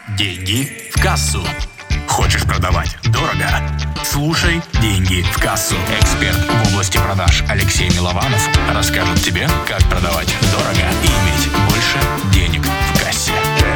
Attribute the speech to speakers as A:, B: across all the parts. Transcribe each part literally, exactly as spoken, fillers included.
A: Деньги в кассу. Хочешь продавать дорого? Слушай «Деньги в кассу». Эксперт в области продаж Алексей Милованов расскажет тебе, как продавать дорого и иметь больше денег в кассе.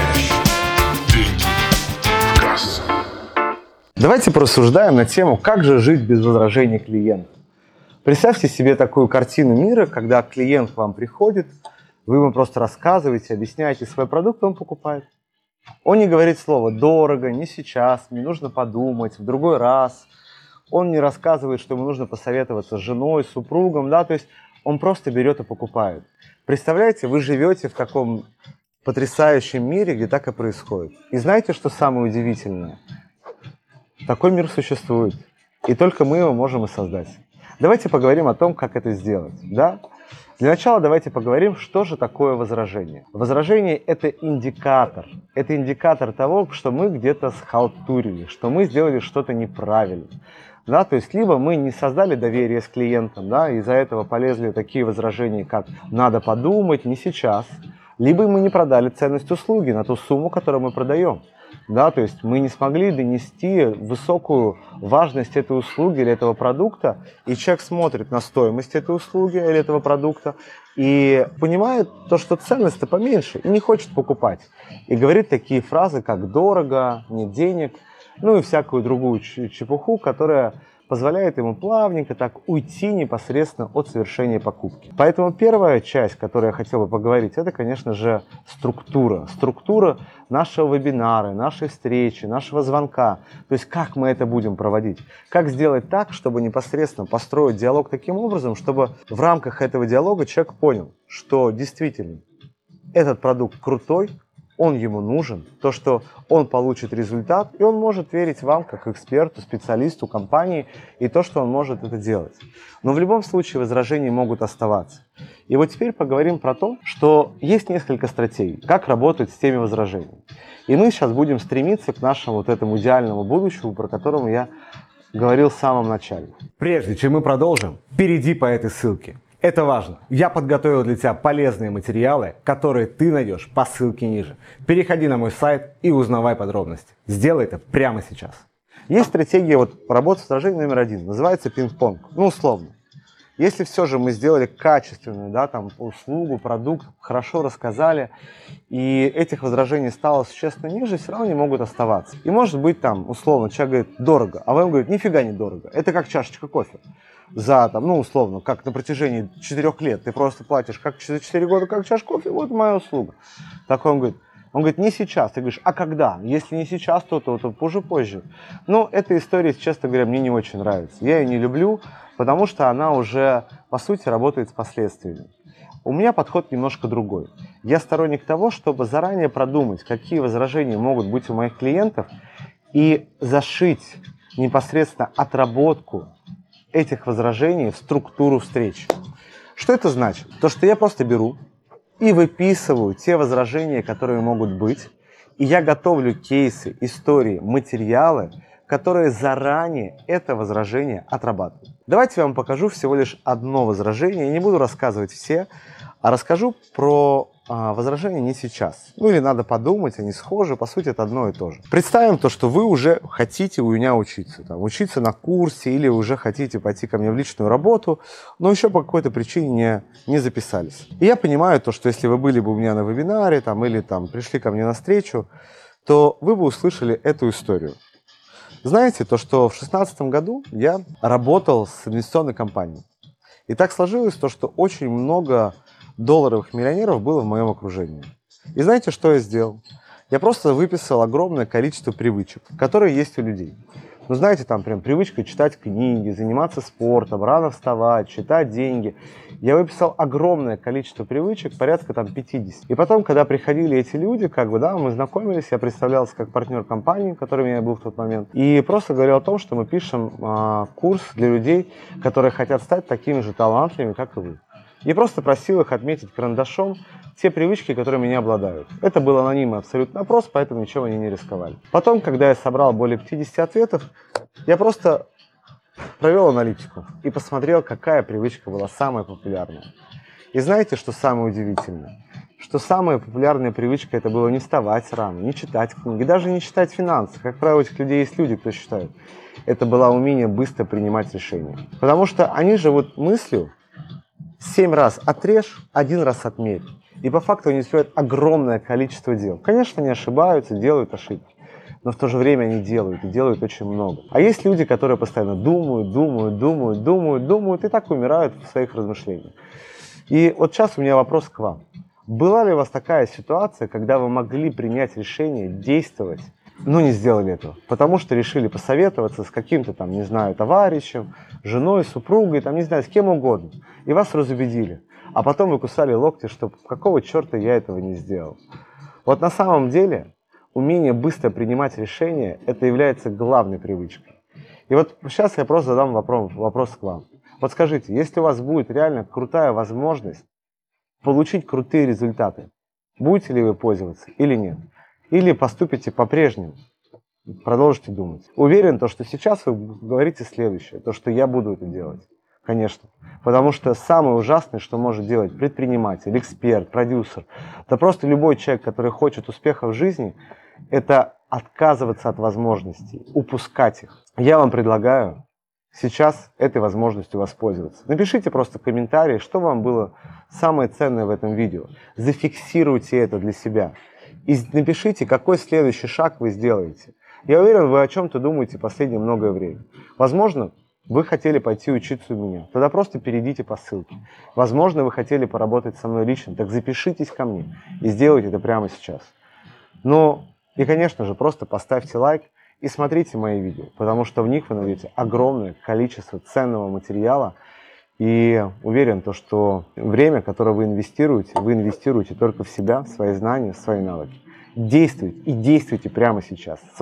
A: Деньги в кассу.
B: Давайте порассуждаем на тему, как же жить без возражений клиента. Представьте себе такую картину мира, когда клиент к вам приходит, вы ему просто рассказываете, объясняете свой продукт, он покупает. Он не говорит слово «дорого», «не сейчас», «мне нужно подумать», «в другой раз». Он не рассказывает, что ему нужно посоветоваться с женой, с супругом, да, то есть он просто берет и покупает. Представляете, вы живете в таком потрясающем мире, где так и происходит. И знаете, что самое удивительное? Такой мир существует, и только мы его можем и создать. Давайте поговорим о том, как это сделать, да? Для начала давайте поговорим, что же такое возражение. Возражение – это индикатор. Это индикатор того, что мы где-то схалтурили, что мы сделали что-то неправильно. Да, то есть, либо мы не создали доверие с клиентом, да, из-за этого полезли такие возражения, как «надо подумать», «не сейчас», либо мы не продали ценность услуги на ту сумму, которую мы продаем. Да, то есть мы не смогли донести высокую важность этой услуги или этого продукта, и человек смотрит на стоимость этой услуги или этого продукта и понимает то, что ценность-то поменьше, и не хочет покупать. И говорит такие фразы, как «дорого», «нет денег», ну и всякую другую чепуху, которая позволяет ему плавненько так уйти непосредственно от совершения покупки. Поэтому первая часть, которую я хотел бы поговорить, это, конечно же, структура. Структура нашего вебинара, нашей встречи, нашего звонка. То есть как мы это будем проводить. Как сделать так, чтобы непосредственно построить диалог таким образом, чтобы в рамках этого диалога человек понял, что действительно этот продукт крутой, он ему нужен, то, что он получит результат, и он может верить вам как эксперту, специалисту, компании, и то, что он может это делать. Но в любом случае возражения могут оставаться. И вот теперь поговорим про то, что есть несколько стратегий, как работать с теми возражениями. И мы сейчас будем стремиться к нашему вот этому идеальному будущему, про которое я говорил в самом начале. Прежде чем мы продолжим, перейди по этой ссылке. Это важно. Я подготовил для тебя полезные материалы, которые ты найдешь по ссылке ниже. Переходи на мой сайт и узнавай подробности. Сделай это прямо сейчас. Есть стратегия вот, работы с возражением номер один. Называется пинг-понг. Ну, условно. Если все же мы сделали качественную, да, там, услугу, продукт, хорошо рассказали, и этих возражений стало существенно ниже, все равно они могут оставаться. И может быть там, условно, человек говорит «дорого», а вам говорит «нифига не дорого». Это как чашечка кофе. За, там, ну, условно, как на протяжении четырех лет ты просто платишь как за четыре года, как чашку кофе, вот моя услуга. Так он говорит, он говорит, не сейчас. Ты говоришь, а когда? Если не сейчас, то, то, то уже позже. Но эта история, честно говоря, мне не очень нравится. Я ее не люблю, потому что она уже, по сути, работает с последствиями. У меня подход немножко другой. Я сторонник того, чтобы заранее продумать, какие возражения могут быть у моих клиентов, и зашить непосредственно отработку этих возражений в структуру встреч. Что это значит? То, что я просто беру и выписываю те возражения, которые могут быть, и я готовлю кейсы, истории, материалы, которые заранее это возражение отрабатывают. Давайте я вам покажу всего лишь одно возражение. Я не буду рассказывать все, а расскажу про а, возражение «не сейчас». Ну или «надо подумать», они схожи, по сути это одно и то же. Представим то, что вы уже хотите у меня учиться. Там, учиться на курсе или уже хотите пойти ко мне в личную работу, но еще по какой-то причине не, не записались. И я понимаю то, что если вы были бы у меня на вебинаре там, или там, пришли ко мне на встречу, то вы бы услышали эту историю. Знаете, то, что в две тысячи шестнадцатом году я работал с инвестиционной компанией. И так сложилось то, что очень много долларовых миллионеров было в моем окружении. И знаете, что я сделал? Я просто выписал огромное количество привычек, которые есть у людей. Ну, знаете, там прям привычка читать книги, заниматься спортом, рано вставать, считать деньги. Я выписал огромное количество привычек, порядка там пятидесяти. И потом, когда приходили эти люди, как бы, да, мы знакомились, я представлялся как партнер компании, которым я был в тот момент, и просто говорил о том, что мы пишем а, курс для людей, которые хотят стать такими же талантливыми, как и вы. И просто просил их отметить карандашом те привычки, которые меня обладают. Это был анонимный абсолютно опрос, поэтому ничего они не рисковали. Потом, когда я собрал более пятидесяти ответов, я просто провел аналитику и посмотрел, какая привычка была самая популярная. И знаете, что самое удивительное? что самая популярная привычка это было не вставать рано, не читать книги, даже не читать финансы. Как правило, у этих людей есть люди, кто считает. Это было умение быстро принимать решения. Потому что они живут мыслью семь раз отрежь, один раз отмерь. И по факту они делают огромное количество дел. Конечно, они ошибаются, делают ошибки. Но в то же время они делают, и делают очень много. А есть люди, которые постоянно думают, думают, думают, думают, думают, и так умирают в своих размышлениях. И вот сейчас у меня вопрос к вам. Была ли у вас такая ситуация, когда вы могли принять решение действовать, но не сделали этого? Потому что решили посоветоваться с каким-то там, не знаю, товарищем, женой, супругой, там, не знаю, с кем угодно. И вас разубедили. А потом вы кусали локти, что какого черта я этого не сделал. Вот на самом деле умение быстро принимать решения, это является главной привычкой. И вот сейчас я просто задам вопрос, вопрос к вам. Вот скажите, если у вас будет реально крутая возможность получить крутые результаты, будете ли вы пользоваться или нет? Или поступите по-прежнему, продолжите думать? Уверен, то, что сейчас вы говорите следующее, то, что я буду это делать. Конечно. Потому что самое ужасное, что может делать предприниматель, эксперт, продюсер, да просто любой человек, который хочет успеха в жизни, это отказываться от возможностей, упускать их. Я вам предлагаю сейчас этой возможностью воспользоваться. Напишите просто в комментарии, что вам было самое ценное в этом видео. Зафиксируйте это для себя. И напишите, какой следующий шаг вы сделаете. Я уверен, вы о чем-то думаете последнее многое время. Возможно, вы хотели пойти учиться у меня. Тогда просто перейдите по ссылке. Возможно, вы хотели поработать со мной лично. Так запишитесь ко мне и сделайте это прямо сейчас. Ну и, конечно же, просто поставьте лайк и смотрите мои видео, потому что в них вы найдете огромное количество ценного материала. И уверен, то, что время, которое вы инвестируете, вы инвестируете только в себя, в свои знания, в свои навыки. Действуйте и действуйте прямо сейчас.